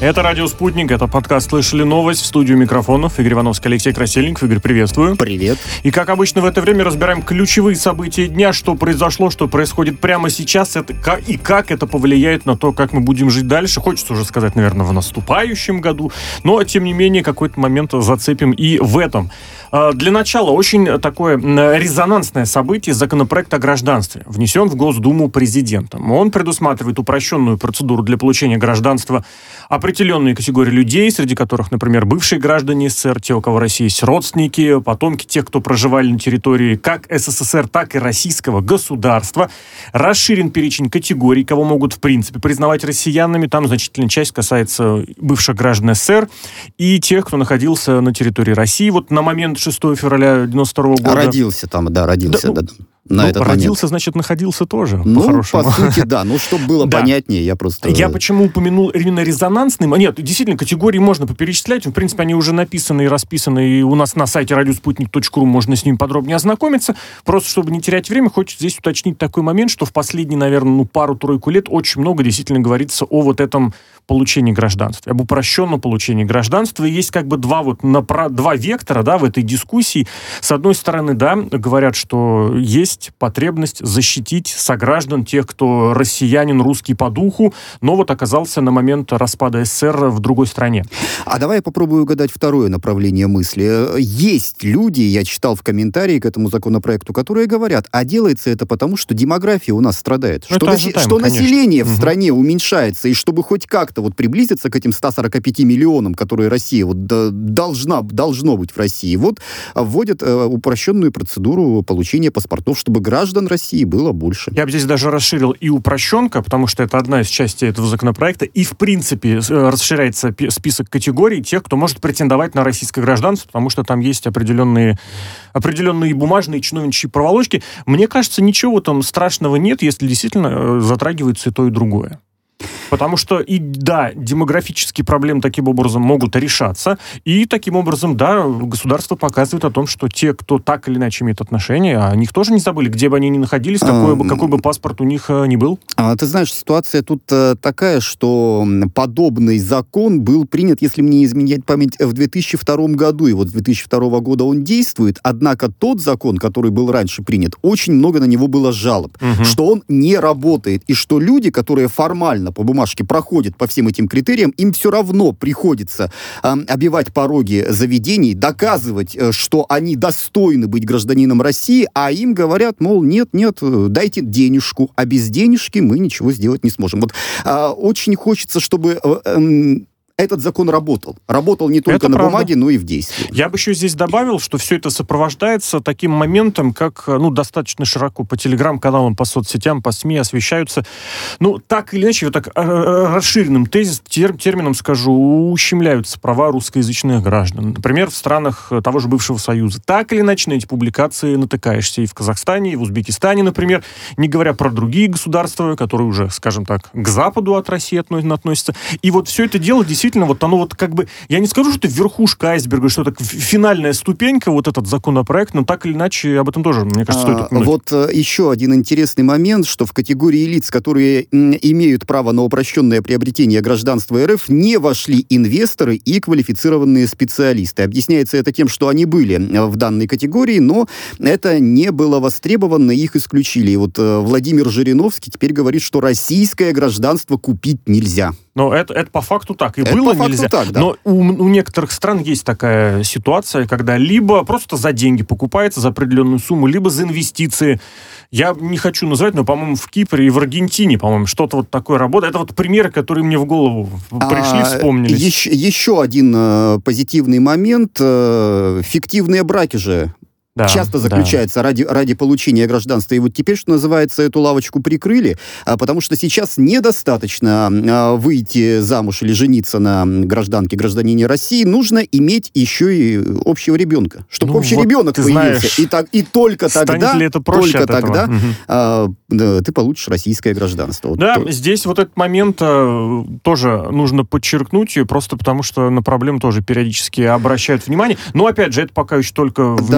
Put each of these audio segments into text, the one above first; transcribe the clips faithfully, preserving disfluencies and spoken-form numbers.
Это «Радио Спутник», это подкаст «Слышали новость», в студию микрофонов Игорь Ивановский, Алексей Красильников. Игорь, приветствую. Привет. И, как обычно, в это время разбираем ключевые события дня, что произошло, что происходит прямо сейчас, это, и как это повлияет на то, как мы будем жить дальше. Хочется уже сказать, наверное, в наступающем году, но, тем не менее, какой-то момент зацепим и в этом. Для начала, очень такое резонансное событие — законопроект о гражданстве. Внесен в Госдуму президентом. Он предусматривает упрощенную процедуру для получения гражданства определенные категории людей, среди которых, например, бывшие граждане СССР, те, у кого в России есть родственники, потомки тех, кто проживали на территории как СССР, так и российского государства. Расширен перечень категорий, кого могут, в принципе, признавать россиянами. Там значительная часть касается бывших граждан СССР и тех, кто находился на территории России. Вот на момент шестого февраля девяносто второго года... Родился там, да, родился, да. да. да. На ну, этот родился, момент. Значит, находился тоже, ну, по-хорошему. по сути, да. Ну, чтобы было да. понятнее, я просто... Я почему упомянул именно резонансный? Нет, действительно, категории можно поперечислять. В принципе, они уже написаны и расписаны, и у нас на сайте радиоспутник точка ру можно с ними подробнее ознакомиться. Просто, чтобы не терять время, хочется здесь уточнить такой момент, что в последние, наверное, ну, пару-тройку лет очень много действительно говорится о вот этом получении гражданства, об упрощенном получении гражданства. И есть как бы два, вот, напра- два вектора, да, в этой дискуссии. С одной стороны, да, говорят, что есть потребность защитить сограждан, тех, кто россиянин, русский по духу, но вот оказался на момент распада СССР в другой стране. А давай я попробую угадать второе направление мысли. Есть люди, я читал в комментарии к этому законопроекту, которые говорят, а делается это потому, что демография у нас страдает, ну, что, наси- ожидаемо, что население угу. в стране уменьшается, и чтобы хоть как-то вот приблизиться к этим ста сорока пяти миллионам, которые Россия вот должна, должно быть в России, вот вводят э, упрощенную процедуру получения паспортов, чтобы граждан России было больше. Я бы здесь даже расширил и упрощенка, потому что это одна из частей этого законопроекта, и, в принципе, расширяется список категорий тех, кто может претендовать на российское гражданство, потому что там есть определенные, определенные бумажные чиновничьи проволочки. Мне кажется, ничего там страшного нет, если действительно затрагивается и то, и другое. Потому что, и да, демографические проблемы таким образом могут решаться, и таким образом, да, государство показывает о том, что те, кто так или иначе имеет отношение, о них тоже не забыли, где бы они ни находились, какой бы, какой бы паспорт у них ни был. А, ты знаешь, ситуация тут а, такая, что подобный закон был принят, если мне не изменять память, в две тысячи втором году, и вот с две тысячи второго года он действует, однако тот закон, который был раньше принят, очень много на него было жалоб, угу. что он не работает, и что люди, которые формально по бумажке проходят по всем этим критериям, им все равно приходится э, обивать пороги заведений, доказывать, э, что они достойны быть гражданином России, а им говорят, мол, нет, нет, дайте денежку, а без денежки мы ничего сделать не сможем. Вот э, очень хочется, чтобы... Э, э, этот закон работал. Работал не только это на правда. бумаге, но и в действии. Я бы еще здесь добавил, что все это сопровождается таким моментом, как, ну, достаточно широко по телеграм-каналам, по соцсетям, по СМИ освещаются, ну, так или иначе, вот так расширенным тезис, тер, термином скажу, ущемляются права русскоязычных граждан. Например, в странах того же бывшего Союза. Так или иначе, на эти публикации натыкаешься и в Казахстане, и в Узбекистане, например, не говоря про другие государства, которые уже, скажем так, к западу от России относятся. И вот все это дело действительно вот оно вот как бы, я не скажу, что это верхушка айсберга, что это финальная ступенька, вот этот законопроект, но так или иначе об этом тоже, мне кажется, стоит упомянуть. А, вот еще один интересный момент, что в категории лиц, которые м, имеют право на упрощенное приобретение гражданства РФ, не вошли инвесторы и квалифицированные специалисты. Объясняется это тем, что они были в данной категории, но это не было востребовано, их исключили. И вот э, Владимир Жириновский теперь говорит, что российское гражданство купить нельзя. Но это, это по факту так. И это было по нельзя. Так, да. Но у, у некоторых стран есть такая ситуация, когда либо просто за деньги покупается, за определенную сумму, либо за инвестиции. Я не хочу называть, но, по-моему, в Кипре и в Аргентине, по-моему, что-то вот такое работает. Это вот примеры, которые мне в голову пришли, а, вспомнились. Еще, еще один э, позитивный момент. Э, фиктивные браки же Да, часто заключается да. ради, ради получения гражданства. И вот теперь, что называется, эту лавочку прикрыли, а, потому что сейчас недостаточно а, выйти замуж или жениться на гражданке, гражданине России, нужно иметь еще и общего ребенка. Чтобы ну, общий вот ребенок появился. Знаешь, и, так, и только тогда, ли это проще только тогда угу. а, да, ты получишь российское гражданство. Вот да, то. Здесь вот этот момент а, тоже нужно подчеркнуть, просто потому что на проблему тоже периодически обращают внимание. Но, опять же, это пока еще только внесен да, в Госдуму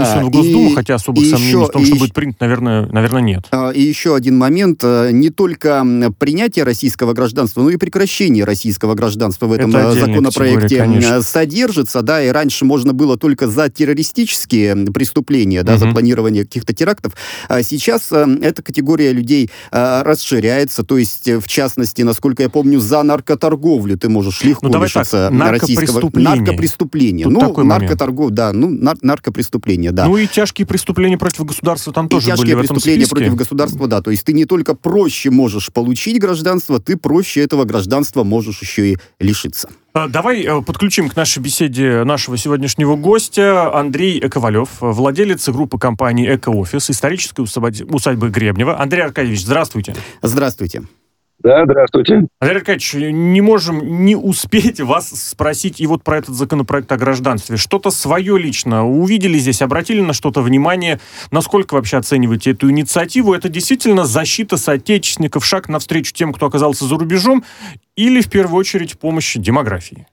Госдуму, и, хотя особых сомнений еще, в том, что и, будет принят, наверное, наверное, нет. И еще один момент. Не только принятие российского гражданства, но и прекращение российского гражданства в этом законопроекте категория, содержится. Да, и раньше можно было только за террористические преступления, да, угу. за планирование каких-то терактов. А сейчас эта категория людей расширяется. То есть, в частности, насколько я помню, за наркоторговлю ты можешь легко ну, лишиться российского наркопреступления. Тут ну, наркоторгов, да, ну, нар- наркопреступления, да. Ну и тяжкие преступления против государства там и тоже были в этом списке. Тяжкие преступления против государства, да. То есть ты не только проще можешь получить гражданство, ты проще этого гражданства можешь еще и лишиться. Давай подключим к нашей беседе нашего сегодняшнего гостя. Андрей Ковалев, владелец группы компании «Эко-офис», исторической усадьбы Гребнево. Андрей Аркадьевич, здравствуйте. Здравствуйте. Да, здравствуйте. Андрей Аркадьевич, не можем не успеть вас спросить и вот про этот законопроект о гражданстве. Что-то свое лично увидели здесь, обратили на что-то внимание? Насколько вообще оцениваете эту инициативу? Это действительно защита соотечественников, шаг навстречу тем, кто оказался за рубежом, или в первую очередь помощь демографии?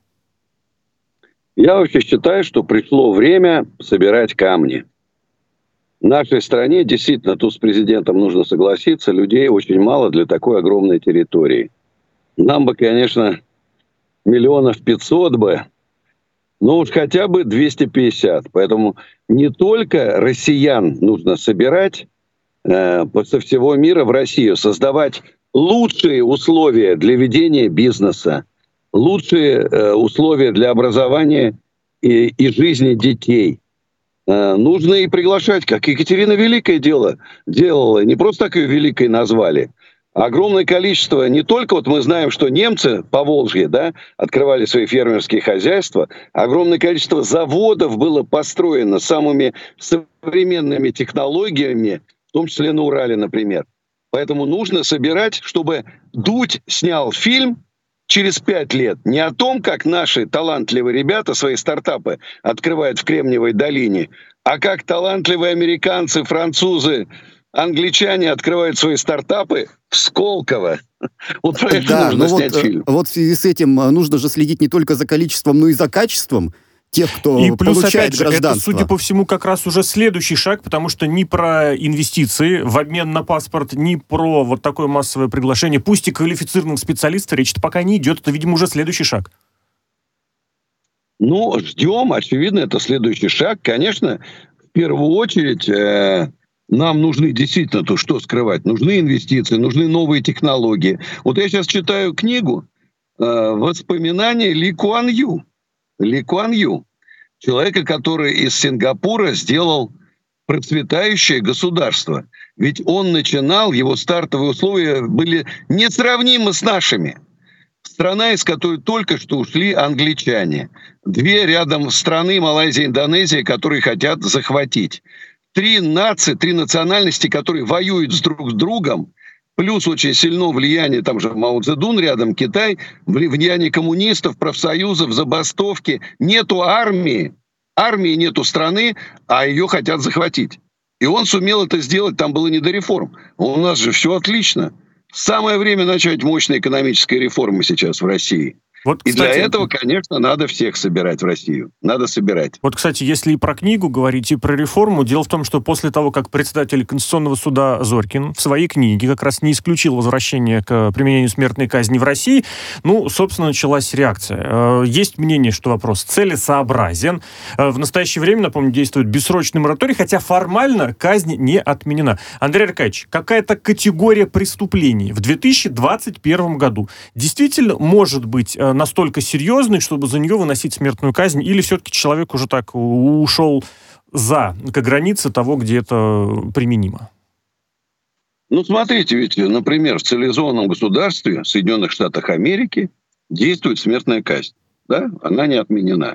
Я вообще считаю, что пришло время собирать камни. В нашей стране, действительно, тут с президентом нужно согласиться, людей очень мало для такой огромной территории. Нам бы, конечно, миллионов пятьсот бы, но уж хотя бы двести пятьдесят. Поэтому не только россиян нужно собирать э, со всего мира в Россию, создавать лучшие условия для ведения бизнеса, лучшие э, условия для образования и, и жизни детей. Нужно и приглашать, как Екатерина Великая дело, делала. Не просто так ее Великой назвали. Огромное количество, не только вот мы знаем, что немцы по Волжье, да, открывали свои фермерские хозяйства, огромное количество заводов было построено самыми современными технологиями, в том числе на Урале, например. Поэтому нужно собирать, чтобы Дудь снял фильм через пять лет не о том, как наши талантливые ребята свои стартапы открывают в Кремниевой долине, а как талантливые американцы, французы, англичане открывают свои стартапы в Сколково. Вот про это да, нужно снять вот, фильм. Вот в связи с этим нужно же следить не только за количеством, но и за качеством тех, кто и плюс, получает опять же, гражданство. Это, судя по всему, как раз уже следующий шаг, потому что ни про инвестиции в обмен на паспорт, ни про вот такое массовое приглашение, пусть и квалифицированных специалистов, речь-то пока не идет. Это, видимо, уже следующий шаг. Ну, ждем. Очевидно, это следующий шаг. Конечно, в первую очередь э, нам нужны действительно, то что скрывать, нужны инвестиции, нужны новые технологии. Вот я сейчас читаю книгу э, «Воспоминания Ли Куан Ю». Ли Куан Ю, человека, который из Сингапура сделал процветающее государство. Ведь он начинал, его стартовые условия были несравнимы с нашими. Страна, из которой только что ушли англичане. Две рядом страны, Малайзия, Индонезия, которые хотят захватить. Три нации, три национальности, которые воюют с друг с другом. Плюс очень сильно влияние, там же Мао Цзэдун рядом, Китай, влияние коммунистов, профсоюзов, забастовки. Нету армии, армии нету страны, а ее хотят захватить. И он сумел это сделать, там было не до реформ. У нас же все отлично. Самое время начать мощные экономические реформы сейчас в России. Вот, кстати, и для этого, конечно, надо всех собирать в Россию. Надо собирать. Вот, кстати, если и про книгу говорить, и про реформу, дело в том, что после того, как председатель Конституционного суда Зорькин в своей книге как раз не исключил возвращение к применению смертной казни в России, ну, собственно, началась реакция. Есть мнение, что вопрос целесообразен. В настоящее время, напомню, действует бессрочный мораторий, хотя формально казнь не отменена. Андрей Аркадьевич, какая-то категория преступлений в две тысячи двадцать первом году действительно может быть настолько серьезный, чтобы за нее выносить смертную казнь, или все-таки человек уже так ушел за к границе того, где это применимо? Ну, смотрите, ведь, например, в цивилизованном государстве, в Соединенных Штатах Америки, действует смертная казнь. Да? Она не отменена.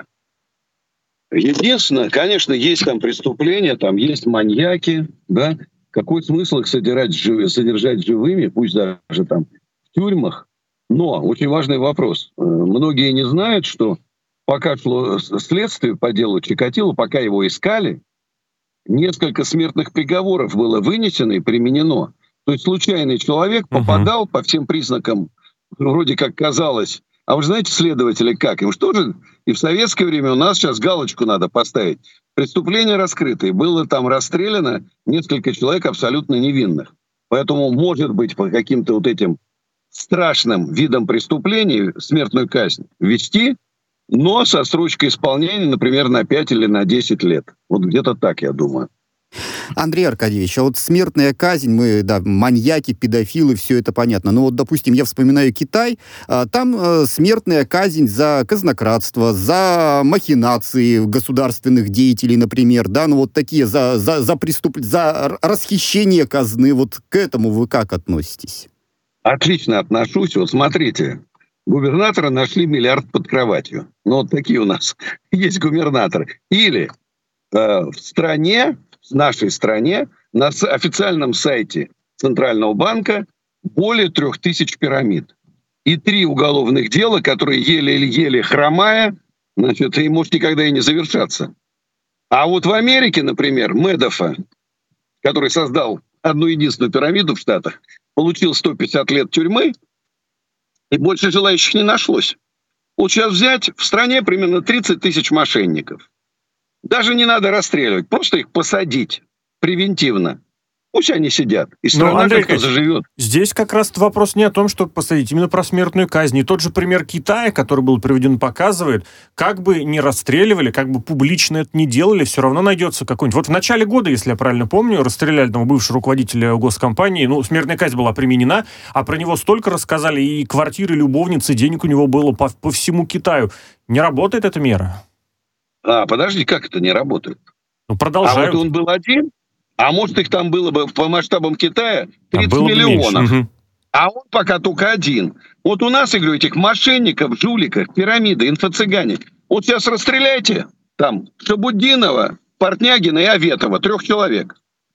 Единственное, конечно, есть там преступления, там есть маньяки, да? Какой смысл их содержать, содержать живыми, пусть даже там в тюрьмах? Но очень важный вопрос. Многие не знают, что пока шло следствие по делу Чикатило, пока его искали, несколько смертных приговоров было вынесено и применено. То есть случайный человек попадал uh-huh. по всем признакам, вроде как казалось, А вы знаете, следователи как? Им что же и в советское время у нас сейчас галочку надо поставить. Преступление раскрыто, и было там расстреляно несколько человек абсолютно невинных. Поэтому, может быть, по каким-то вот этим страшным видам преступлений смертную казнь ввести, но со срочкой исполнения, например, на пять или на десять лет. Вот где-то так, я думаю. Андрей Аркадьевич, а вот смертная казнь, мы, да, маньяки, педофилы, все это понятно. Но вот, допустим, я вспоминаю Китай, там э, смертная казнь за казнократство, за махинации государственных деятелей, например, да, ну вот такие, за, за, за, преступ... за расхищение казны, вот к этому вы как относитесь? Отлично отношусь. Вот смотрите, губернатора нашли миллиард под кроватью. Ну вот такие у нас есть губернаторы. Или э, в стране, в нашей стране, на официальном сайте Центрального банка более трех тысяч пирамид. И три уголовных дела, которые еле-еле хромая, значит, и может никогда и не завершаться. А вот в Америке, например, Медофа, который создал одну единственную пирамиду в Штатах, получил сто пятьдесят лет тюрьмы, и больше желающих не нашлось. Вот сейчас взять, в стране примерно тридцать тысяч мошенников. Даже не надо расстреливать, просто их посадить превентивно. Пусть они сидят, и страна Андрей как-то заживет. Здесь как раз вопрос не о том, чтобы посадить, именно про смертную казнь. И тот же пример Китая, который был приведен, показывает, как бы не расстреливали, как бы публично это не делали, все равно найдется какой-нибудь. Вот в начале года, если я правильно помню, расстреляли там бывшего руководителя госкомпании, ну, смертная казнь была применена, а про него столько рассказали, и квартиры, любовницы, денег у него было по, по всему Китаю. Не работает эта мера? А, подожди, как это не работает? Ну, продолжают. А вот он был один? А может, их там было бы по масштабам Китая тридцать а миллионов. Угу. А он пока только один. Вот у нас, я говорю, этих мошенников, жуликов, пирамиды, инфо-цыгане. Вот сейчас расстреляйте там Шабуддинова, Портнягина и Аветова, трех человек.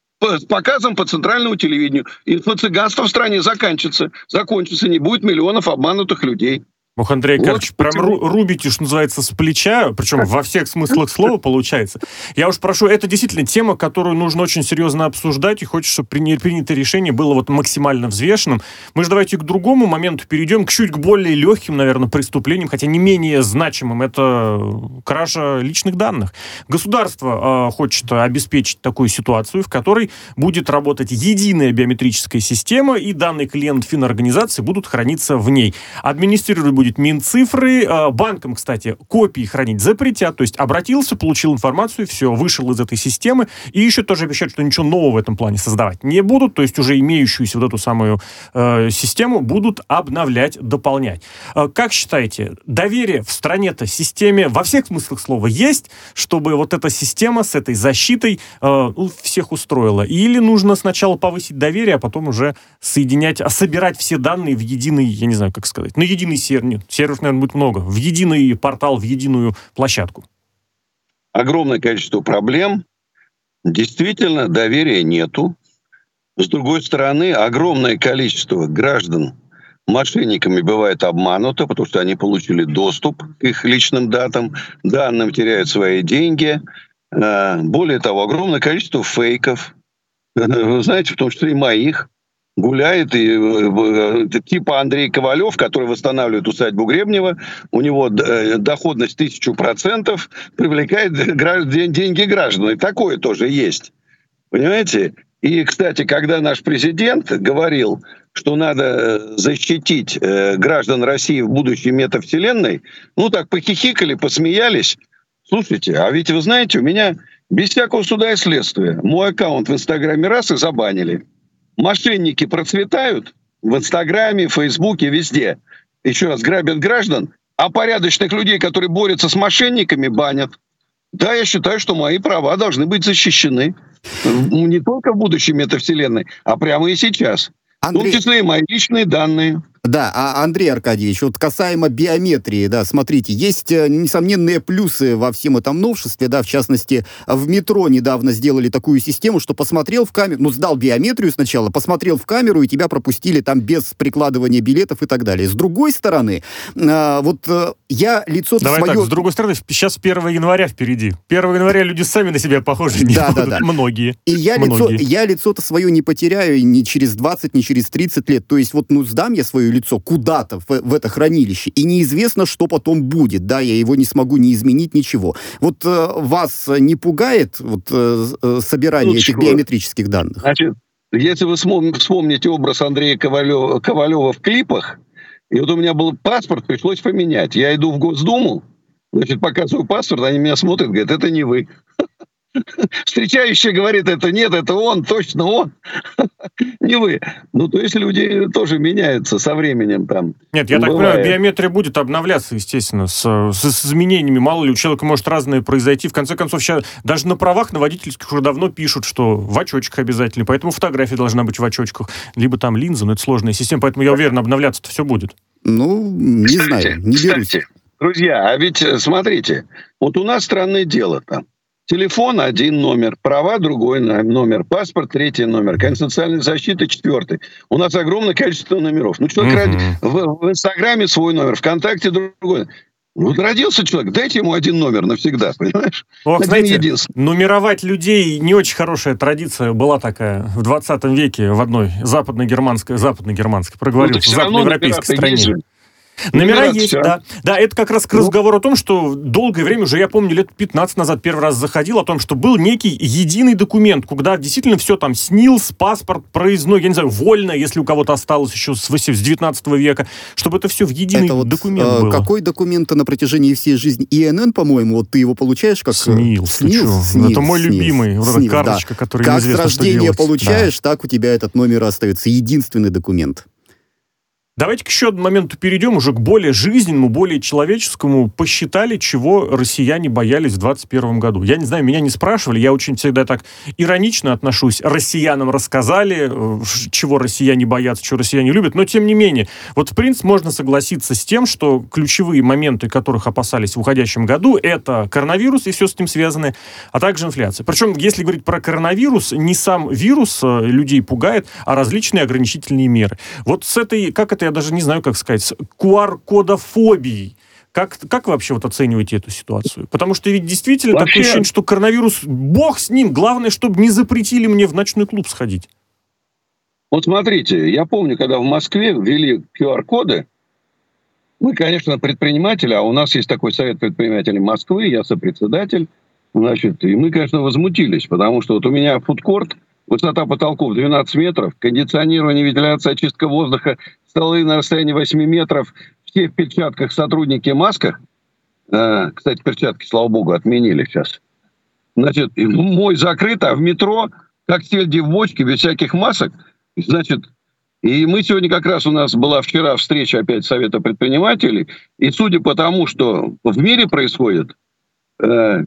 С показом по центральному телевидению. Инфо-цыганство в стране заканчивается. Закончится, не будет миллионов обманутых людей. Ох, Андрей Карпович, вот, прям ру- рубите, что называется, с плеча, причем во всех смыслах слова получается. Я уж прошу, это действительно тема, которую нужно очень серьезно обсуждать, и хочется, чтобы приня- принятое решение было вот максимально взвешенным. Мы же давайте к другому моменту перейдем, к чуть к более легким, наверное, преступлениям, хотя не менее значимым. Это кража личных данных. Государство э, хочет обеспечить такую ситуацию, в которой будет работать единая биометрическая система, и данные клиент финорганизации будут храниться в ней. Администрировать будет Минцифры. Банкам, кстати, копии хранить запретят. То есть обратился, получил информацию, все, вышел из этой системы. И еще тоже обещают, что ничего нового в этом плане создавать не будут. То есть уже имеющуюся вот эту самую э, систему будут обновлять, дополнять. Э, как считаете, доверие в стране-то системе во всех смыслах слова есть, чтобы вот эта система с этой защитой э, всех устроила? Или нужно сначала повысить доверие, а потом уже соединять, а собирать все данные в единый, я не знаю, как сказать, на единый сервер? Нет, серверов, наверное, будет много. В единый портал, в единую площадку. Огромное количество проблем. Действительно, доверия нету. С другой стороны, огромное количество граждан мошенниками бывает обмануто, потому что они получили доступ к их личным датам, данным, теряют свои деньги. Более того, огромное количество фейков. Вы знаете, в том числе и моих. Гуляет, и типа Андрей Ковалев, который восстанавливает усадьбу Гребнева, у него доходность тысячу процентов, привлекает деньги граждан. И такое тоже есть. Понимаете? И, кстати, когда наш президент говорил, что надо защитить граждан России в будущей метавселенной, ну так похихикали, посмеялись. Слушайте, а ведь вы знаете, у меня без всякого суда и следствия мой аккаунт в Инстаграме раз и забанили. Мошенники процветают в Инстаграме, Фейсбуке, везде. Еще раз, грабят граждан, а порядочных людей, которые борются с мошенниками, банят. Да, я считаю, что мои права должны быть защищены. Не только в будущей метавселенной, а прямо и сейчас. Андрей... В том числе и мои личные данные. Да, а Андрей Аркадьевич, вот касаемо биометрии, да, смотрите, есть несомненные плюсы во всем этом новшестве, да, в частности, в метро недавно сделали такую систему, что посмотрел в камеру, ну, сдал биометрию сначала, посмотрел в камеру, и тебя пропустили там без прикладывания билетов и так далее. С другой стороны, э, вот э, я лицо-то Давай свое... так, с другой стороны, сейчас первого января впереди. первого января люди сами на себя похожи не да, будут, да, да. многие. И я, многие. Лицо, я лицо-то свое не потеряю ни через двадцать, ни через тридцать лет. То есть вот, ну, сдам я свою мое лицо куда-то в, в это хранилище, и неизвестно, что потом будет, да, я его не смогу ни изменить, ничего. Вот э, вас не пугает вот, э, собирание Лучше. этих биометрических данных? Значит, если вы вспомните образ Андрея Ковалева, Ковалева в клипах, и вот у меня был паспорт, пришлось поменять. Я иду в Госдуму, значит, показываю паспорт, они меня смотрят, говорят, это не вы. Встречающий говорит, это нет, это он, точно он, не вы. Ну, то есть люди тоже меняются со временем там. Нет, я так понимаю, биометрия будет обновляться, естественно, с, с, с изменениями. Мало ли, у человека может разное произойти. В конце концов, сейчас даже на правах на водительских уже давно пишут, что в очочках обязательно, поэтому фотография должна быть в очочках, либо там линза, но это сложная система, поэтому я уверен, обновляться-то все будет. Ну, не кстати, знаю, не берусь. Кстати, друзья, а ведь смотрите, вот у нас странное дело там. Телефон один номер, права другой номер, паспорт третий номер, конец социальной защиты четвертый. У нас огромное количество номеров. Ну, человек uh-huh. ради... в, в Инстаграме свой номер, ВКонтакте другой. Вот родился человек, дайте ему один номер навсегда, понимаешь? Ох, знаете, нумеровать людей не очень хорошая традиция была такая в двадцатом веке в одной западно-германской, западно-германской, проговорился, ну, западноевропейской стране. Номера есть, есть да. Да, это как раз к разговору о том, что долгое время, уже я помню, лет пятнадцать назад первый раз заходил, о том, что был некий единый документ, куда действительно все там СНИЛС, паспорт, проездной, я не знаю, вольно, если у кого-то осталось еще с девятнадцатого века, чтобы это все в единый это вот, документ э, было. Какой документ на протяжении всей жизни? ИНН, по-моему, вот ты его получаешь как... СНИЛС, СНИЛС, СНИЛС это мой СНИЛС, любимый, вот эта карточка, да. которая как неизвестно, с рождения что получаешь, да. так у тебя этот номер остается. Единственный документ. Давайте к еще одному моменту перейдем, уже к более жизненному, более человеческому. Посчитали, чего россияне боялись в двадцать первом году. Я не знаю, меня не спрашивали, я очень всегда так иронично отношусь. Россиянам рассказали, чего россияне боятся, чего россияне любят, но тем не менее. Вот, в принципе, можно согласиться с тем, что ключевые моменты, которых опасались в уходящем году, это коронавирус и все с ним связанное, а также инфляция. Причем, если говорить про коронавирус, не сам вирус людей пугает, а различные ограничительные меры. Вот с этой, как это я даже не знаю, как сказать, ку ар-кодофобией. Как, как вы вообще вот оцениваете эту ситуацию? Потому что ведь действительно вообще... такое ощущение, что коронавирус, бог с ним, главное, чтобы не запретили мне в ночной клуб сходить. Вот смотрите, я помню, когда в Москве ввели ку ар-коды, мы, конечно, предприниматели, а у нас есть такой совет предпринимателей Москвы, я сопредседатель, значит, и мы, конечно, возмутились, потому что вот у меня фудкорт, высота потолков двенадцать метров, кондиционирование, вентиляция, очистка воздуха, столы на расстоянии восемь метров, все в перчатках, сотрудники в масках. Э, кстати, перчатки, слава богу, отменили сейчас. Значит, мой закрыт, а в метро, как сельди в бочке, без всяких масок. Значит, и мы сегодня как раз, у нас была вчера встреча опять Совета предпринимателей, и судя по тому, что в мире происходит, э,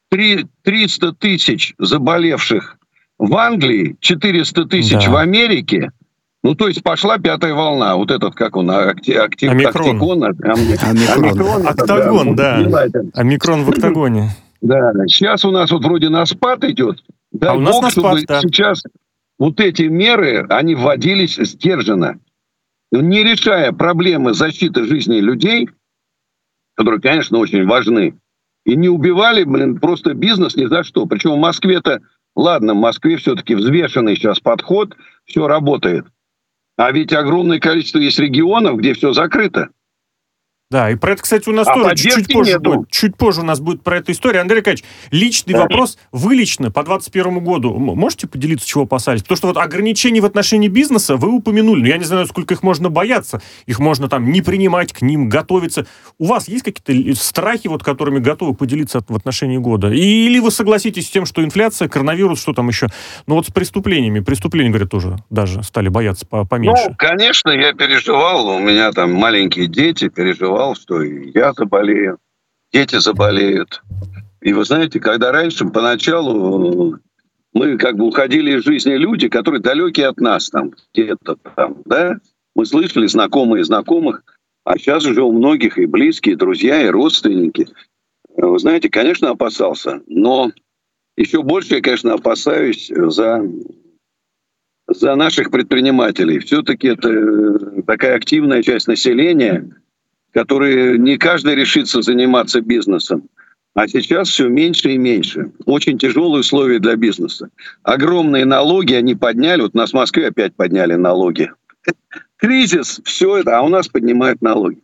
триста тысяч заболевших в Англии, четыреста тысяч да. в Америке. Ну, то есть пошла пятая волна. Вот этот, как он, акти, акти, омикрон. Омикрон. Октагон, да. Омикрон в октагоне. Да, сейчас у нас вот вроде на спад идет. А у нас на спад, да. Сейчас вот эти меры, они вводились сдержанно. Не решая проблемы защиты жизни людей, которые, конечно, очень важны, и не убивали, блин, просто бизнес ни за что. Причем в Москве-то ладно, в Москве все-таки взвешенный сейчас подход, все работает. А ведь огромное количество есть регионов, где все закрыто. Да, и про это, кстати, у нас а тоже чуть позже будет. Чуть позже у нас будет про эту историю. Андрей Аркадьевич, личный да. вопрос. Вы лично по двадцать первому году можете поделиться, чего опасались? Потому что вот ограничений в отношении бизнеса вы упомянули. Но я не знаю, сколько их можно бояться. Их можно там не принимать, к ним готовиться. У вас есть какие-то страхи, вот, которыми готовы поделиться в отношении года? Или вы согласитесь с тем, что инфляция, коронавирус, что там еще? Ну вот с преступлениями. Преступления, говорят, тоже даже стали бояться поменьше. Ну, конечно, я переживал. У меня там маленькие дети, переживал, что и я заболею, дети заболеют. И вы знаете, когда раньше, поначалу, мы как бы уходили из жизни люди, которые далекие от нас, там, где-то там, да, мы слышали знакомые знакомых, а сейчас уже у многих и близкие, и друзья, и родственники. Вы знаете, конечно, опасался, но еще больше я, конечно, опасаюсь за, за наших предпринимателей. Все-таки это такая активная часть населения, которые не каждый решится заниматься бизнесом. А сейчас все меньше и меньше. Очень тяжелые условия для бизнеса. Огромные налоги они подняли. Вот у нас в Москве опять подняли налоги. Кризис, все это, а у нас поднимают налоги.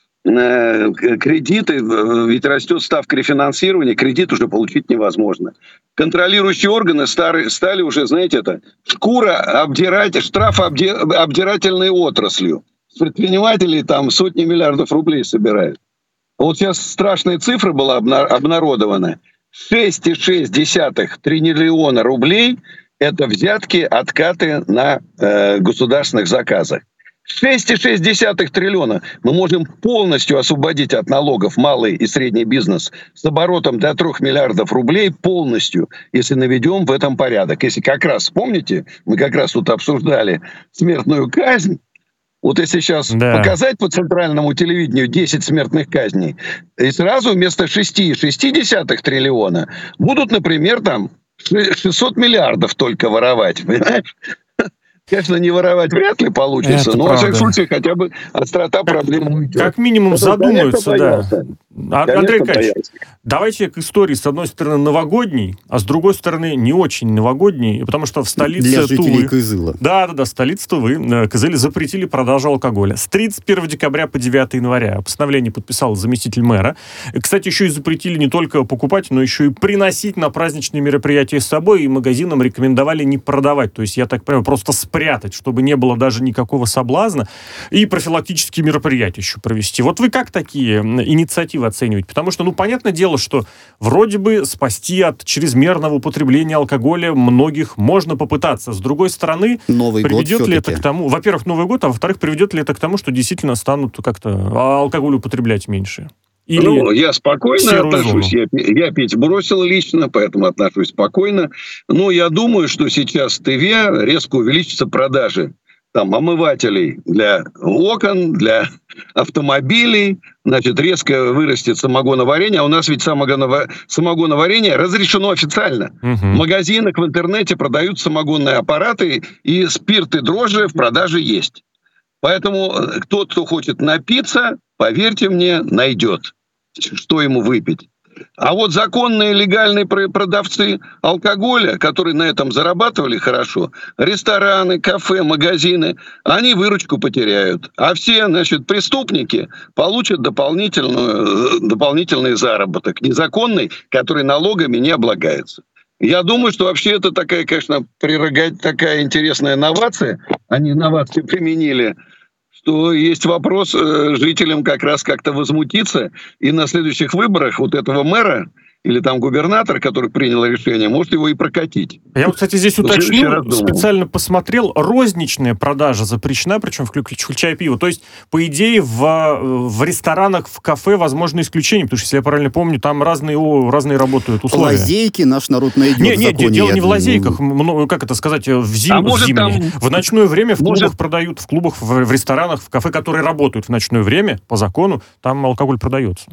Кредиты, ведь растет ставка рефинансирования, кредит уже получить невозможно. Контролирующие органы стали, стали уже, знаете, это шкура обдирать, штраф обдирательной отраслью. С предпринимателей там сотни миллиардов рублей собирают. Вот сейчас страшная цифра была обнародована. шесть целых шесть десятых триллиона рублей – это взятки, откаты на э, государственных заказах. шесть целых шесть десятых триллиона мы можем полностью освободить от налогов малый и средний бизнес с оборотом до трех миллиардов рублей полностью, если наведем в этом порядок. Если как раз, помните, мы как раз тут обсуждали смертную казнь, вот если сейчас да. показать по центральному телевидению десять смертных казней, и сразу вместо шесть целых шесть десятых триллиона будут, например, там шестьсот миллиардов только воровать, понимаешь? Конечно, не воровать вряд ли получится, это но, правда. Во всяком случае, хотя бы острота проблемы уйдет. Как минимум это, задумаются, да. А, Андрей Аркадьевич, давайте к истории, с одной стороны, новогодней, а с другой стороны, не очень новогодней, потому что в столице Для жителей Тулы... Кызыла. Да, да, да, столица Тувы, Кызыле, запретили продажу алкоголя. С тридцать первого декабря по девятого января постановление подписал заместитель мэра. Кстати, еще и запретили не только покупать, но еще и приносить на праздничные мероприятия с собой, и магазинам рекомендовали не продавать. То есть, я так понимаю, просто спрятать, чтобы не было даже никакого соблазна, и профилактические мероприятия еще провести. Вот вы как такие инициативы оцениваете? Потому что, ну, понятное дело, что вроде бы спасти от чрезмерного употребления алкоголя многих можно попытаться. С другой стороны, Новый приведет год ли все-таки. Это к тому... Во-первых, Новый год, а во-вторых, приведет ли это к тому, что действительно станут как-то алкоголь употреблять меньше? Или ну, я спокойно отношусь. Я, я пить бросил лично, поэтому отношусь спокойно. Но я думаю, что сейчас в ТВ резко увеличатся продажи там, омывателей для окон, для автомобилей. Значит, резко вырастет самогоноварение. А у нас ведь самогоноварение разрешено официально. Угу. В магазинах, в интернете продают самогонные аппараты, и спирт и дрожжи в продаже есть. Поэтому тот, кто хочет напиться, поверьте мне, найдет, что ему выпить. А вот законные легальные продавцы алкоголя, которые на этом зарабатывали хорошо, рестораны, кафе, магазины, они выручку потеряют. А все, значит, преступники получат дополнительную, дополнительный заработок, незаконный, который налогами не облагается. Я думаю, что вообще это такая, конечно, прерогатива, такая интересная инновация. Они инновации применили, что есть вопрос э, жителям как раз как-то возмутиться. И на следующих выборах вот этого мэра или там губернатор, который принял решение, может его и прокатить. Я вот, кстати, здесь уточню, специально посмотрел, розничная продажа запрещена, причем включая пиво. То есть, по идее, в, в ресторанах, в кафе возможно исключение, потому что, если я правильно помню, там разные, о, разные работают условия. Лазейки наш народ найдет. Нет, нет, дело не в лазейках, как это сказать, в, зим, а в зимнее. Там... В ночное время в клубах может... продают, в клубах, в, в ресторанах, в кафе, которые работают в ночное время, по закону, там алкоголь продается.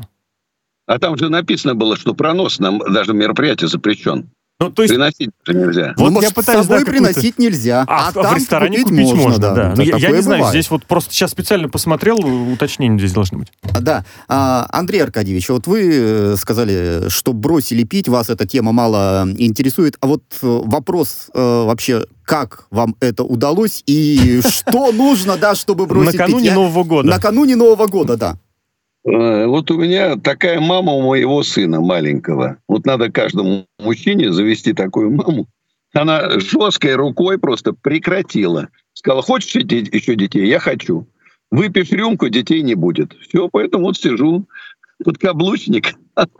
А там же написано было, что пронос нам даже мероприятие запрещен. Ну, то есть... Приносить уже нельзя. Вот ну, я пытаюсь, с собой да, приносить нельзя. А, а, а в ресторане купить, купить можно, можно, да. да. Я, я не знаю, здесь вот просто сейчас специально посмотрел, уточнения здесь должны быть. Да. А, Андрей Аркадьевич, вот вы сказали, что бросили пить, вас эта тема мало интересует. А вот вопрос вообще, как вам это удалось и что нужно, да, чтобы бросить пить? Накануне Нового года. Накануне Нового года, да. Вот у меня такая мама у моего сына маленького. Вот надо каждому мужчине завести такую маму. Она жесткой рукой просто прекратила. Сказала, хочешь еще детей? Я хочу. Выпьешь рюмку, детей не будет. Все, поэтому вот сижу подкаблучник.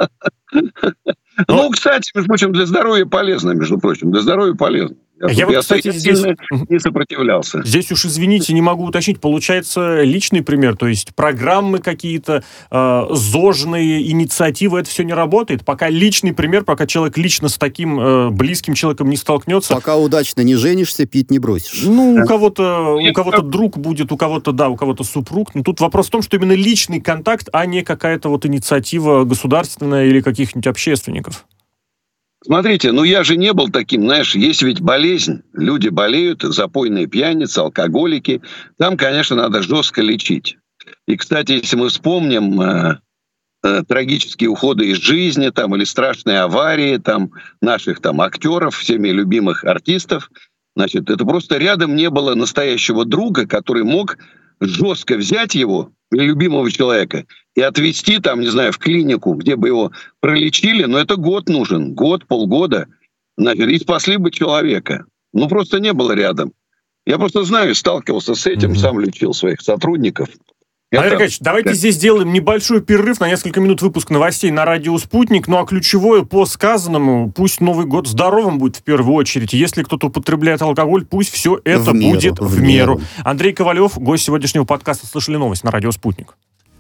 Ну, кстати, между прочим, для здоровья полезно, между прочим. Для здоровья полезно. Я, я вот, я, кстати, здесь не сопротивлялся. Здесь уж, извините, не могу уточнить. Получается, личный пример, то есть программы какие-то, э, зожные инициативы, это все не работает. Пока личный пример, пока человек лично с таким э, близким человеком не столкнется. Пока удачно не женишься, пить не бросишь. Ну, да. у кого-то, у кого-то друг будет, у кого-то, да, у кого-то супруг. Но тут вопрос в том, что именно личный контакт, а не какая-то вот инициатива государственная или каких-нибудь общественников. Смотрите, ну я же не был таким, знаешь, есть ведь болезнь, люди болеют, запойные пьяницы, алкоголики, там, конечно, надо жестко лечить. И, кстати, если мы вспомним э, э, трагические уходы из жизни, там, или страшные аварии, там, наших там актеров, всеми любимых артистов, Значит, это просто рядом не было настоящего друга, который мог жестко взять его, любимого человека, и отвезти там, не знаю, в клинику, где бы его пролечили, но это год нужен, год, полгода, значит, и спасли бы человека. Ну, просто не было рядом. Я просто знаю, сталкивался с этим, mm-hmm. сам лечил своих сотрудников. Андрей Аркадьевич, давайте здесь сделаем небольшой перерыв на несколько минут, выпуск новостей на радио «Спутник». Ну а ключевое по сказанному, пусть Новый год здоровым будет в первую очередь. Если кто-то употребляет алкоголь, пусть все это в меру, будет в, в меру. меру. Андрей Ковалев, гость сегодняшнего подкаста «Слышали новость» на радио «Спутник».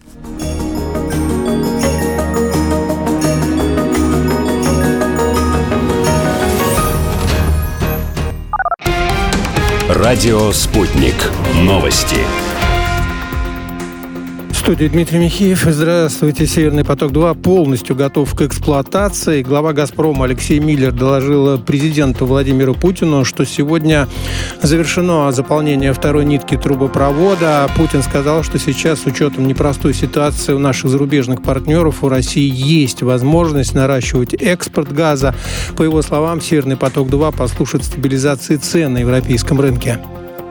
Радио «Спутник». Новости. В студии Дмитрий Михеев. Здравствуйте. «Северный поток-два» полностью готов к эксплуатации. Глава «Газпрома» Алексей Миллер доложил президенту Владимиру Путину, что сегодня завершено заполнение второй нитки трубопровода. Путин сказал, что сейчас с учетом непростой ситуации у наших зарубежных партнеров у России есть возможность наращивать экспорт газа. По его словам, «Северный поток-два» послужит стабилизации цен на европейском рынке.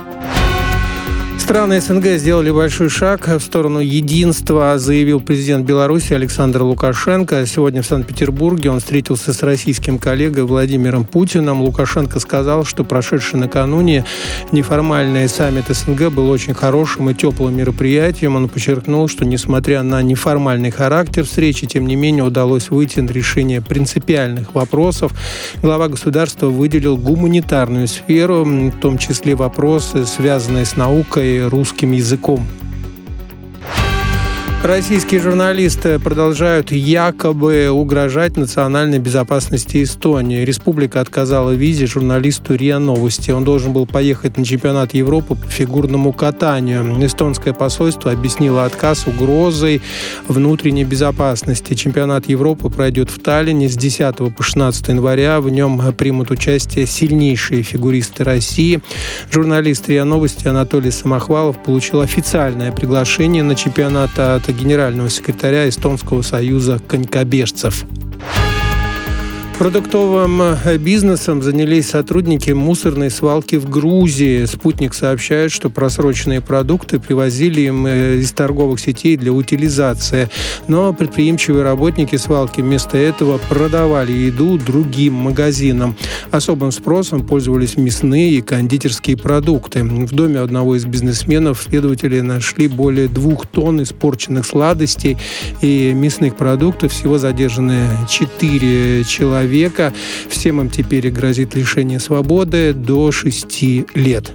Страны СНГ сделали большой шаг в сторону единства, заявил президент Беларуси Александр Лукашенко. Сегодня в Санкт-Петербурге он встретился с российским коллегой Владимиром Путиным. Лукашенко сказал, что прошедший накануне неформальный саммит СНГ был очень хорошим и теплым мероприятием. Он подчеркнул, что несмотря на неформальный характер встречи, тем не менее удалось выйти на решение принципиальных вопросов. Глава государства выделил гуманитарную сферу, в том числе вопросы, связанные с наукой, русским языком. Российские журналисты продолжают якобы угрожать национальной безопасности Эстонии. Республика отказала в визе журналисту РИА Новости. Он должен был поехать на чемпионат Европы по фигурному катанию. Эстонское посольство объяснило отказ угрозой внутренней безопасности. Чемпионат Европы пройдет в Таллине с десятого по шестнадцатое января. В нем примут участие сильнейшие фигуристы России. Журналист РИА Новости Анатолий Самохвалов получил официальное приглашение на чемпионат от генерального секретаря Эстонского союза конькобежцев. Продуктовым бизнесом занялись сотрудники мусорной свалки в Грузии. «Спутник» сообщает, что просроченные продукты привозили им из торговых сетей для утилизации. Но предприимчивые работники свалки вместо этого продавали еду другим магазинам. Особым спросом пользовались мясные и кондитерские продукты. В доме одного из бизнесменов следователи нашли более двух тонн испорченных сладостей и мясных продуктов. Всего задержаны четыре человека. Века. Всем им теперь грозит лишение свободы до шести лет.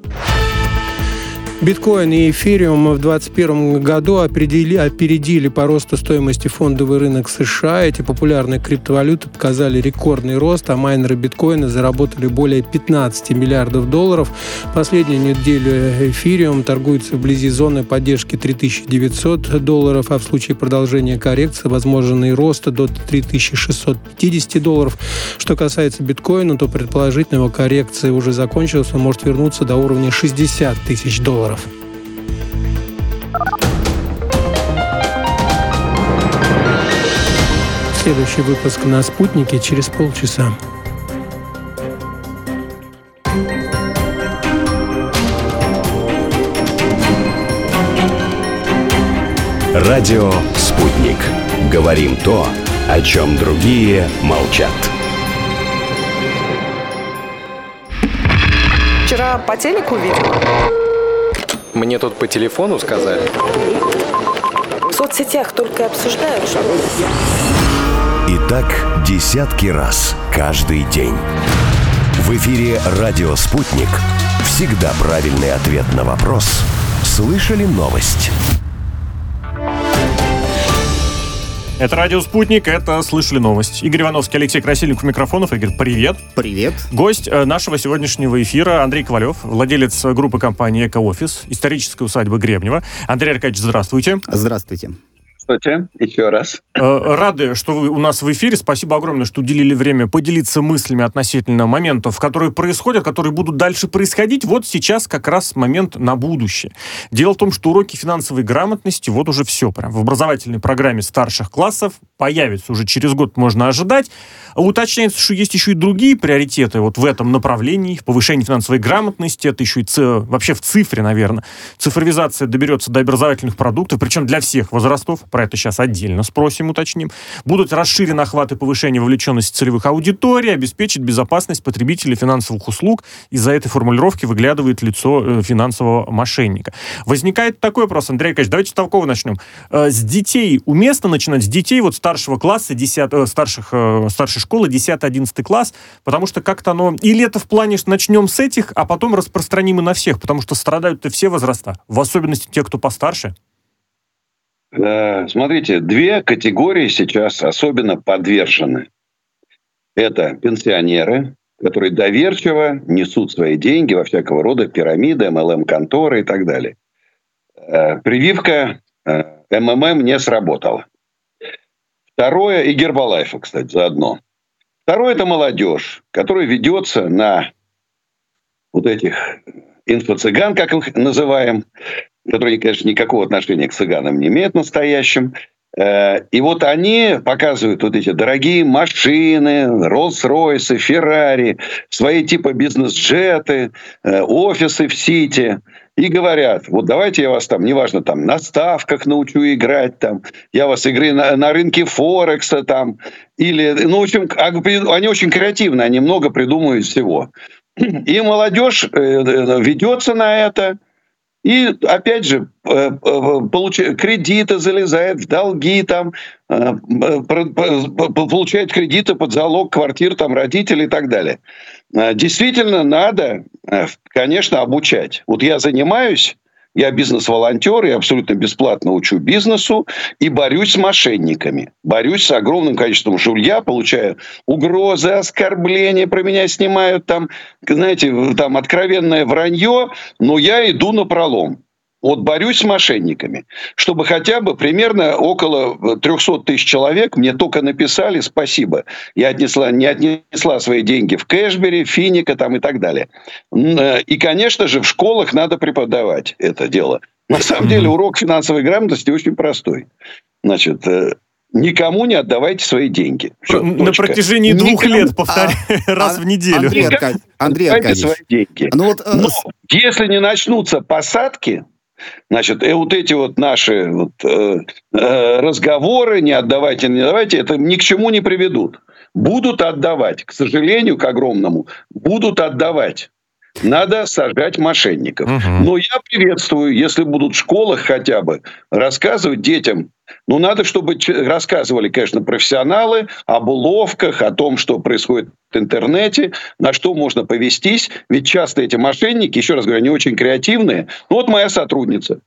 Биткоин и эфириум в двадцать первом году опередили, опередили по росту стоимости фондовый рынок США. Эти популярные криптовалюты показали рекордный рост, а майнеры биткоина заработали более пятнадцать миллиардов долларов. Последнюю неделю эфириум торгуется вблизи зоны поддержки три тысячи девятьсот долларов, а в случае продолжения коррекции возможен и рост до три тысячи шестьсот пятьдесят долларов. Что касается биткоина, то предположительно его коррекция уже закончилась, он может вернуться до уровня шестьдесят тысяч долларов. Следующий выпуск на «Спутнике» через полчаса. Радио «Спутник». Говорим то, о чем другие молчат. Вчера по телеку видел. Мне тут по телефону сказали. В соцсетях только обсуждают, что... И так десятки раз каждый день. В эфире «Радио Спутник». Всегда правильный ответ на вопрос. Слышали новость? Это «Радио Спутник», это «Слышали новость». Игорь Ивановский, Алексей Красильников, микрофонов. Игорь, привет. Привет. Гость нашего сегодняшнего эфира Андрей Ковалев, владелец группы компании «Эко-офис», исторической усадьбы Гребнева. Андрей Аркадьевич, здравствуйте. Здравствуйте. Здравствуйте, еще раз. Рады, что вы у нас в эфире. Спасибо огромное, что уделили время поделиться мыслями относительно моментов, которые происходят, которые будут дальше происходить. Вот сейчас как раз момент на будущее. Дело в том, что уроки финансовой грамотности, вот уже все. Прям в образовательной программе старших классов появится уже через год, можно ожидать. Уточняется, что есть еще и другие приоритеты вот в этом направлении. Повышение финансовой грамотности, это еще и ц... вообще в цифре, наверное. Цифровизация доберется до образовательных продуктов, причем для всех возрастов. Про это сейчас отдельно спросим, уточним. Будут расширены охваты повышения вовлеченности целевых аудиторий, обеспечить безопасность потребителей финансовых услуг. Из-за этой формулировки выглядывает лицо финансового мошенника. Возникает такой вопрос, Андрей Аркадьевич, давайте с такого начнем. С детей уместно начинать? С детей вот старшего класса, десятого, старших, старшей школы, десятый-одиннадцатый класс, потому что как-то оно... Или это в плане, что начнем с этих, а потом распространим и на всех, потому что страдают-то все возраста, в особенности те, кто постарше. Смотрите, две категории сейчас особенно подвержены. Это пенсионеры, которые доверчиво несут свои деньги во всякого рода пирамиды, эм эл эм-конторы и так далее. Прививка эм эм эм не сработала. Второе, и Гербалайфа, кстати, заодно. Второе – это молодежь, которая ведется на вот этих инфо-цыган, как их называем, которые, конечно, никакого отношения к цыганам не имеют настоящим. И вот они показывают вот эти дорогие машины, Роллс-Ройсы, Феррари, свои типа бизнес-джеты, офисы в Сити. И говорят, вот давайте я вас там, неважно, там на ставках научу играть, там, я вас игры на, на рынке Форекса, там, или, ну, в общем, они очень креативны, они много придумывают всего. И молодежь ведется на это, и, опять же, получает кредиты, залезает в долги, там, получает кредиты под залог квартир там, родителей и так далее. Действительно, надо, конечно, обучать. Вот я занимаюсь, я бизнес-волонтер, я абсолютно бесплатно учу бизнесу и борюсь с мошенниками. Борюсь с огромным количеством жулья, получаю угрозы, оскорбления, про меня снимают там, знаете, там откровенное вранье, но я иду напролом. Вот борюсь с мошенниками, чтобы хотя бы примерно около триста тысяч человек мне только написали спасибо. Я отнесла, не отнесла свои деньги в Кэшбери, Финика там и так далее. И, конечно же, в школах надо преподавать это дело. На самом деле урок финансовой грамотности очень простой. Значит, никому не отдавайте свои деньги. Все, на точка. Протяжении двух никому... лет повторяю а, раз а, в неделю. Андрей, Аркад... Андрей Аркадьевич. Свои деньги. Ну, вот, Но э... если не начнутся посадки, значит, и вот эти вот наши вот, э, э, разговоры, не отдавайте, не отдавайте, это ни к чему не приведут. Будут отдавать, к сожалению, к огромному, будут отдавать. Надо сажать мошенников. Uh-huh. Но я приветствую, если будут в школах хотя бы рассказывать детям. Ну, надо, чтобы рассказывали, конечно, профессионалы об уловках, о том, что происходит в интернете, на что можно повестись. Ведь часто эти мошенники, еще раз говорю, они очень креативные. Ну, вот моя сотрудница.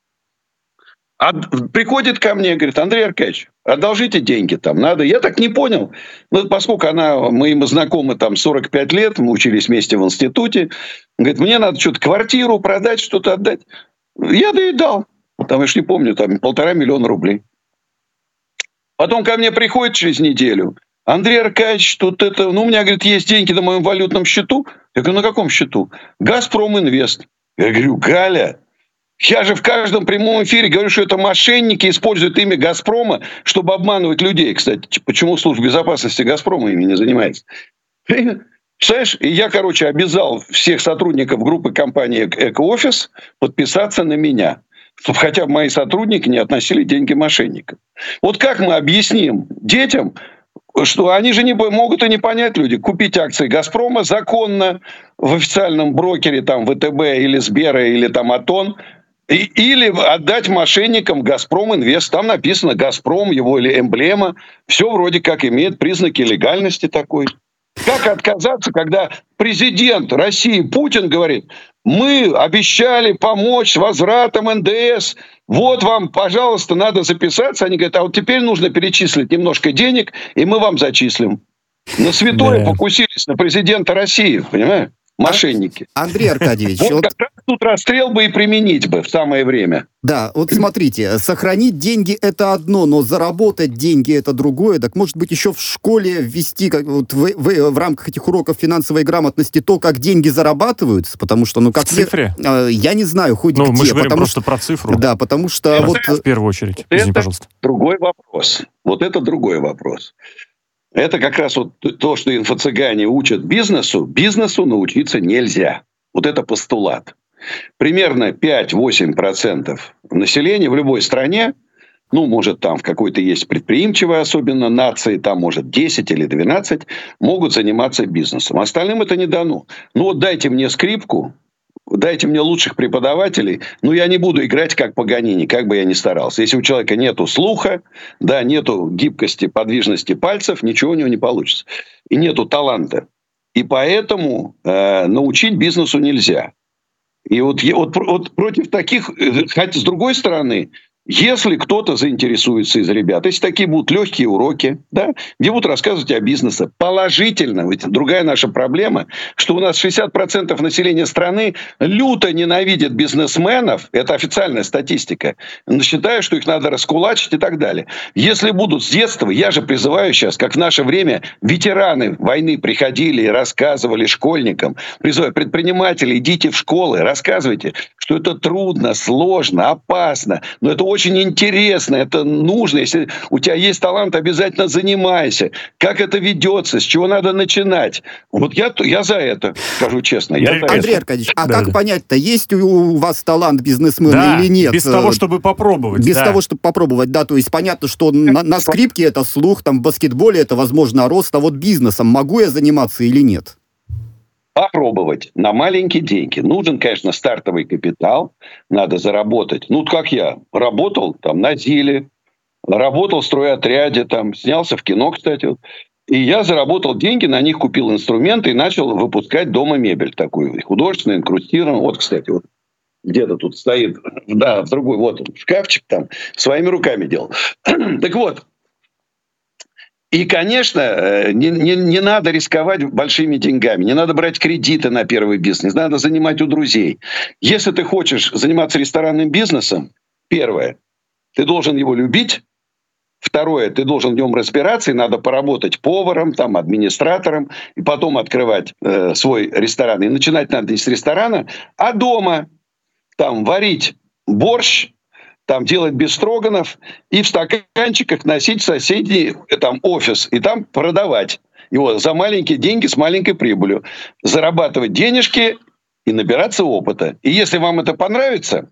Приходит ко мне, говорит, Андрей Аркадьевич, одолжите деньги там, надо. Я так не понял. Ну, поскольку она, мы мы знакомы там сорок пять лет, мы учились вместе в институте. Говорит, мне надо что-то квартиру продать, что-то отдать. Я да и дал. Там, я ж не помню, там полтора миллиона рублей. Потом ко мне приходит через неделю. Андрей Аркадьевич, тут это... Ну, у меня, говорит, есть деньги на моем валютном счету. Я говорю, на каком счету? Газпром Инвест. Я говорю, Галя... Я же в каждом прямом эфире говорю, что это мошенники используют имя «Газпрома», чтобы обманывать людей. Кстати, почему служба безопасности «Газпрома» ими не занимается? Представляешь? И я, короче, обязал всех сотрудников группы компании «Эко-офис» подписаться на меня, чтобы хотя бы мои сотрудники не относили деньги мошенникам. Вот как мы объясним детям, что они же не могут и не понять, люди, купить акции «Газпрома» законно в официальном брокере, там, вэ тэ бэ или Сбера, или там Атон, или отдать мошенникам «Газпром Инвест». Там написано «Газпром», его или эмблема. Все вроде как имеет признаки легальности такой. Как отказаться, когда президент России Путин говорит, мы обещали помочь с возвратом эн дэ эс, вот вам, пожалуйста, надо записаться. Они говорят, а вот теперь нужно перечислить немножко денег, и мы вам зачислим. На святое да. покусились, на президента России, понимаешь? Мошенники. Андрей Аркадьевич, вот, вот как раз тут расстрел бы и применить бы в самое время. Да, вот смотрите, сохранить деньги это одно, но заработать деньги это другое. Так может быть еще в школе ввести как, вот, в, в, в рамках этих уроков финансовой грамотности то, как деньги зарабатываются, потому что, ну как... В цифре? Я, я не знаю, хоть ну, где. Мы же говорим потому просто что, про цифру. Да, потому что... Это вот, в первую очередь. Это Извини, пожалуйста. Другой вопрос. Вот это другой вопрос. Это как раз вот то, что инфо-цыгане учат бизнесу, бизнесу научиться нельзя. Вот это постулат. Примерно пять-восемь процентов населения в любой стране, ну, может, там в какой-то есть предприимчивой особенно нации, там, может, десять или двенадцать, могут заниматься бизнесом. Остальным это не дано. Ну, вот дайте мне скрипку, дайте мне лучших преподавателей, ну, я не буду играть как Паганини, как бы я ни старался. Если у человека нету слуха, да, нету гибкости, подвижности пальцев, ничего у него не получится. И нету таланта. И поэтому э, научить бизнесу нельзя. И вот, вот, вот против таких, хотя с другой стороны, если кто-то заинтересуется из ребят, если такие будут легкие уроки, да, где будут рассказывать о бизнесе положительно, ведь другая наша проблема, что у нас шестьдесят процентов населения страны люто ненавидят бизнесменов, это официальная статистика, считаю, что их надо раскулачить и так далее. Если будут с детства, я же призываю сейчас, как в наше время ветераны войны приходили и рассказывали школьникам, призываю предпринимателей, идите в школы, рассказывайте, что это трудно, сложно, опасно, но это очень интересно, это нужно. Если у тебя есть талант, обязательно занимайся. Как это ведется, с чего надо начинать. Вот я, я за это, скажу честно. Я Андрей, Андрей Аркадьевич, а да, как да. понять-то, есть у вас талант бизнесмена да, или нет? Без того, чтобы попробовать. Без да. того, чтобы попробовать, да. То есть понятно, что на, на скрипке это слух, там в баскетболе это, возможно, рост, а вот бизнесом могу я заниматься или нет? Попробовать на маленькие деньги. Нужен, конечно, стартовый капитал. Надо заработать. Ну, как я работал там на ЗИЛе, работал в стройотряде, там, снялся в кино, кстати. Вот. И я заработал деньги, на них купил инструменты и начал выпускать дома мебель такую. Художественную, инкрустированную. Вот, кстати, вот где-то тут стоит, да, в другой, вот он, шкафчик там, своими руками делал. Так вот. И, конечно, не, не, не надо рисковать большими деньгами, не надо брать кредиты на первый бизнес, надо занимать у друзей. Если ты хочешь заниматься ресторанным бизнесом, первое, ты должен его любить, второе, ты должен в нем разбираться, и надо поработать поваром, там, администратором, и потом открывать э, свой ресторан. И начинать надо не с ресторана, а дома, там, варить борщ, там делать бефстроганов и в стаканчиках носить в соседний там, офис и там продавать его за маленькие деньги с маленькой прибылью. Зарабатывать денежки и набираться опыта. И если вам это понравится,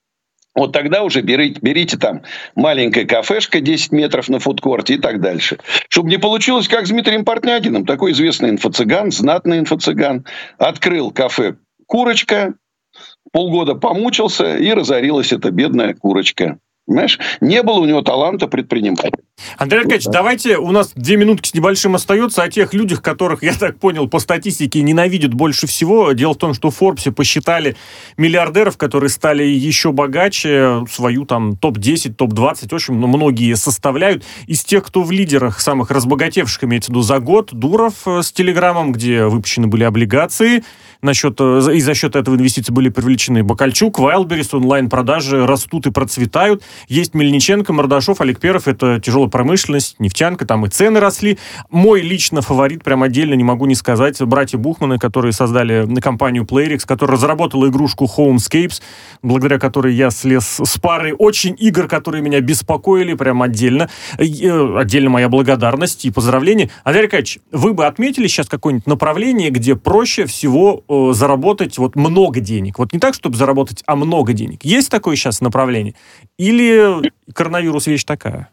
вот тогда уже берите, берите там маленькая кафешка десять метров на фудкорте и так дальше. Чтобы не получилось, как с Дмитрием Портнягиным, такой известный инфо-цыган, знатный инфо-цыган, открыл кафе «Курочка», полгода помучился, и разорилась эта бедная курочка. Понимаешь? Не было у него таланта предпринимателя. Андрей Аркадьевич, вот, давайте, у нас две минутки с небольшим остается, о тех людях, которых, я так понял, по статистике ненавидят больше всего. Дело в том, что в Форбсе посчитали миллиардеров, которые стали еще богаче, свою там топ десять, топ двадцать, очень многие составляют. Из тех, кто в лидерах самых разбогатевших, имеется в виду за год, Дуров с Телеграмом, где выпущены были облигации, насчет, и за счет этого инвестиции были привлечены Бакальчук, Вайлдберрис, онлайн-продажи растут и процветают. Есть Мельниченко, Мордашов, Олег Перов, это тяжелая промышленность, нефтянка, там и цены росли. Мой лично фаворит, прям отдельно не могу не сказать, братья Бухманы, которые создали компанию Playrix, которая разработала игрушку Homescapes, благодаря которой я слез с пары очень игр, которые меня беспокоили, прям отдельно. Отдельно моя благодарность и поздравления. Андрей Аркадьевич, вы бы отметили сейчас какое-нибудь направление, где проще всего э, заработать вот много денег? Вот не так, чтобы заработать, а много денег. Есть такое сейчас направление? Или коронавирус вещь такая?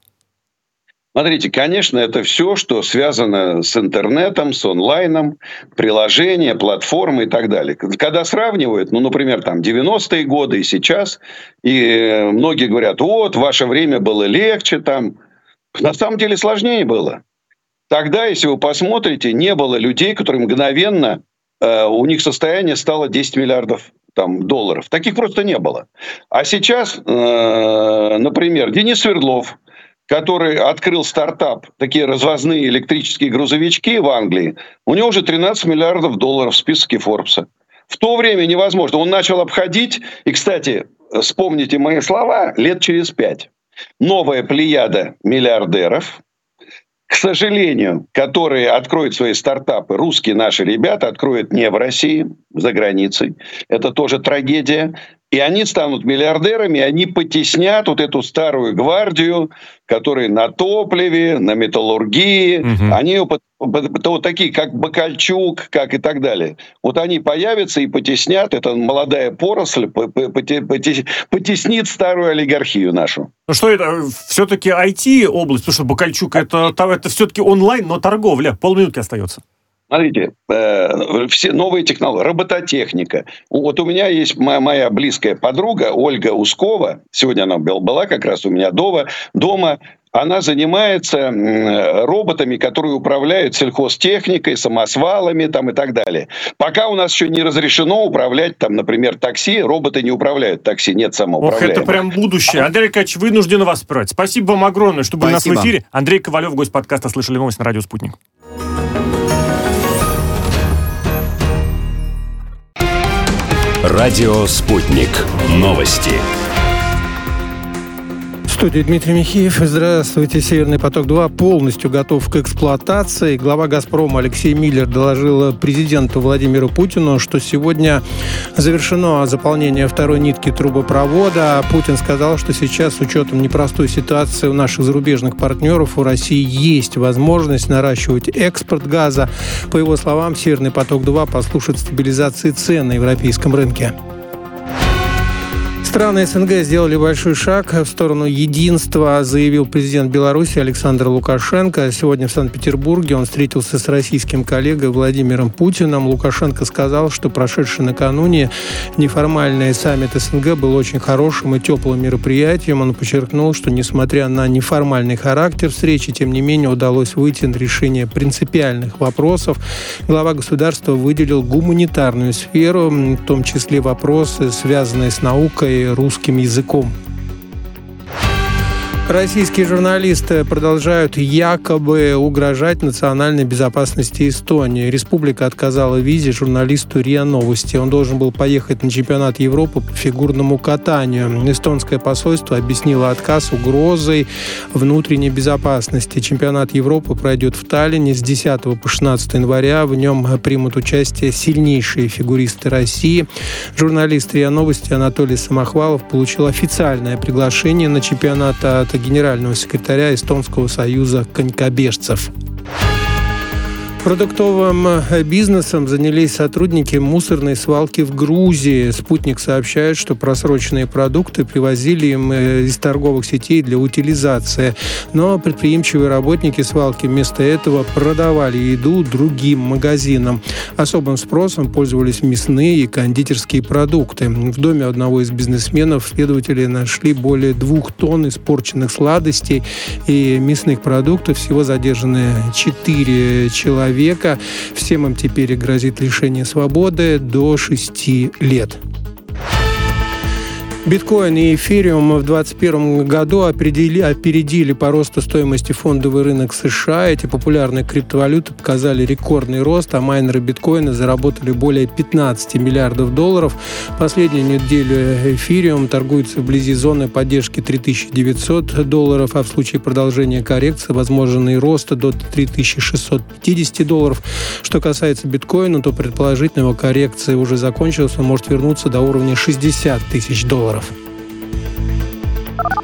Смотрите, конечно, это все, что связано с интернетом, с онлайном, приложения, платформы и так далее. Когда сравнивают, ну, например, там девяностые годы и сейчас, и многие говорят, вот, в ваше время было легче, там, на самом деле сложнее было. Тогда, если вы посмотрите, не было людей, которые мгновенно, э, у них состояние стало десять миллиардов там, долларов. Таких просто не было. А сейчас, э, например, Денис Свердлов, который открыл стартап, такие развозные электрические грузовички в Англии, у него уже тринадцать миллиардов долларов в списке Форбса. В то время невозможно. Он начал обходить, и, кстати, вспомните мои слова, лет через пять. Новая плеяда миллиардеров, к сожалению, которые откроют свои стартапы, русские наши ребята откроют не в России, за границей. Это тоже трагедия. И они станут миллиардерами, и они потеснят вот эту старую гвардию, которые на топливе, на металлургии. Угу. Они вот такие, как Бакальчук, как и так далее. Вот они появятся и потеснят, это молодая поросль, потеснит старую олигархию нашу. Ну что это, все-таки ай ти-область, потому что Бакальчук это, это все-таки онлайн, но торговля. Полминутки остается. Смотрите, э, все новые технологии, робототехника. Вот у меня есть моя, моя близкая подруга Ольга Ускова. Сегодня она была как раз у меня дома. дома. Она занимается роботами, которые управляют сельхозтехникой, самосвалами там, и так далее. Пока у нас еще не разрешено управлять, там, например, такси. Роботы не управляют такси, нет самоуправляемых. Ох, это прям будущее. Андрей Аркадьевич, вынуждены вас спрашивать. Спасибо вам огромное, что были у нас в эфире. Андрей Ковалев, гость подкаста «Слышали новость» на радио «Спутник». Радио «Спутник». Новости. В студии Дмитрий Михеев. Здравствуйте. «Северный поток-два» полностью готов к эксплуатации. Глава «Газпрома» Алексей Миллер доложил президенту Владимиру Путину, что сегодня завершено заполнение второй нитки трубопровода. Путин сказал, что сейчас с учетом непростой ситуации у наших зарубежных партнеров у России есть возможность наращивать экспорт газа. По его словам, «Северный поток-два» послужит стабилизации цен на европейском рынке. Страны СНГ сделали большой шаг в сторону единства, заявил президент Беларуси Александр Лукашенко. Сегодня в Санкт-Петербурге он встретился с российским коллегой Владимиром Путиным. Лукашенко сказал, что прошедший накануне неформальный саммит СНГ был очень хорошим и теплым мероприятием. Он подчеркнул, что несмотря на неформальный характер встречи, тем не менее удалось выйти на решение принципиальных вопросов. Глава государства выделил гуманитарную сферу, в том числе вопросы, связанные с наукой, русским языком. Российские журналисты продолжают якобы угрожать национальной безопасности Эстонии. Республика отказала в визе журналисту РИА Новости. Он должен был поехать на чемпионат Европы по фигурному катанию. Эстонское посольство объяснило отказ угрозой внутренней безопасности. Чемпионат Европы пройдет в Таллине с десятого по шестнадцатое января. В нем примут участие сильнейшие фигуристы России. Журналист РИА Новости Анатолий Самохвалов получил официальное приглашение на чемпионат от генерального секретаря Эстонского союза конькобежцев. Продуктовым бизнесом занялись сотрудники мусорной свалки в Грузии. «Спутник» сообщает, что просроченные продукты привозили им из торговых сетей для утилизации. Но предприимчивые работники свалки вместо этого продавали еду другим магазинам. Особым спросом пользовались мясные и кондитерские продукты. В доме одного из бизнесменов следователи нашли более двух тонн испорченных сладостей и мясных продуктов. Всего задержаны четыре человека. Века. Всем им теперь грозит лишение свободы до шести лет. Биткоин и эфириум в двадцать первом году опередили, опередили по росту стоимости фондовый рынок США. Эти популярные криптовалюты показали рекордный рост, а майнеры биткоина заработали более пятнадцать миллиардов долларов. Последнюю неделю эфириум торгуется вблизи зоны поддержки три тысячи девятьсот долларов, а в случае продолжения коррекции возможен и рост до три тысячи шестьсот пятьдесят долларов. Что касается биткоина, то предположительно его коррекция уже закончилась, он может вернуться до уровня шестьдесят тысяч долларов.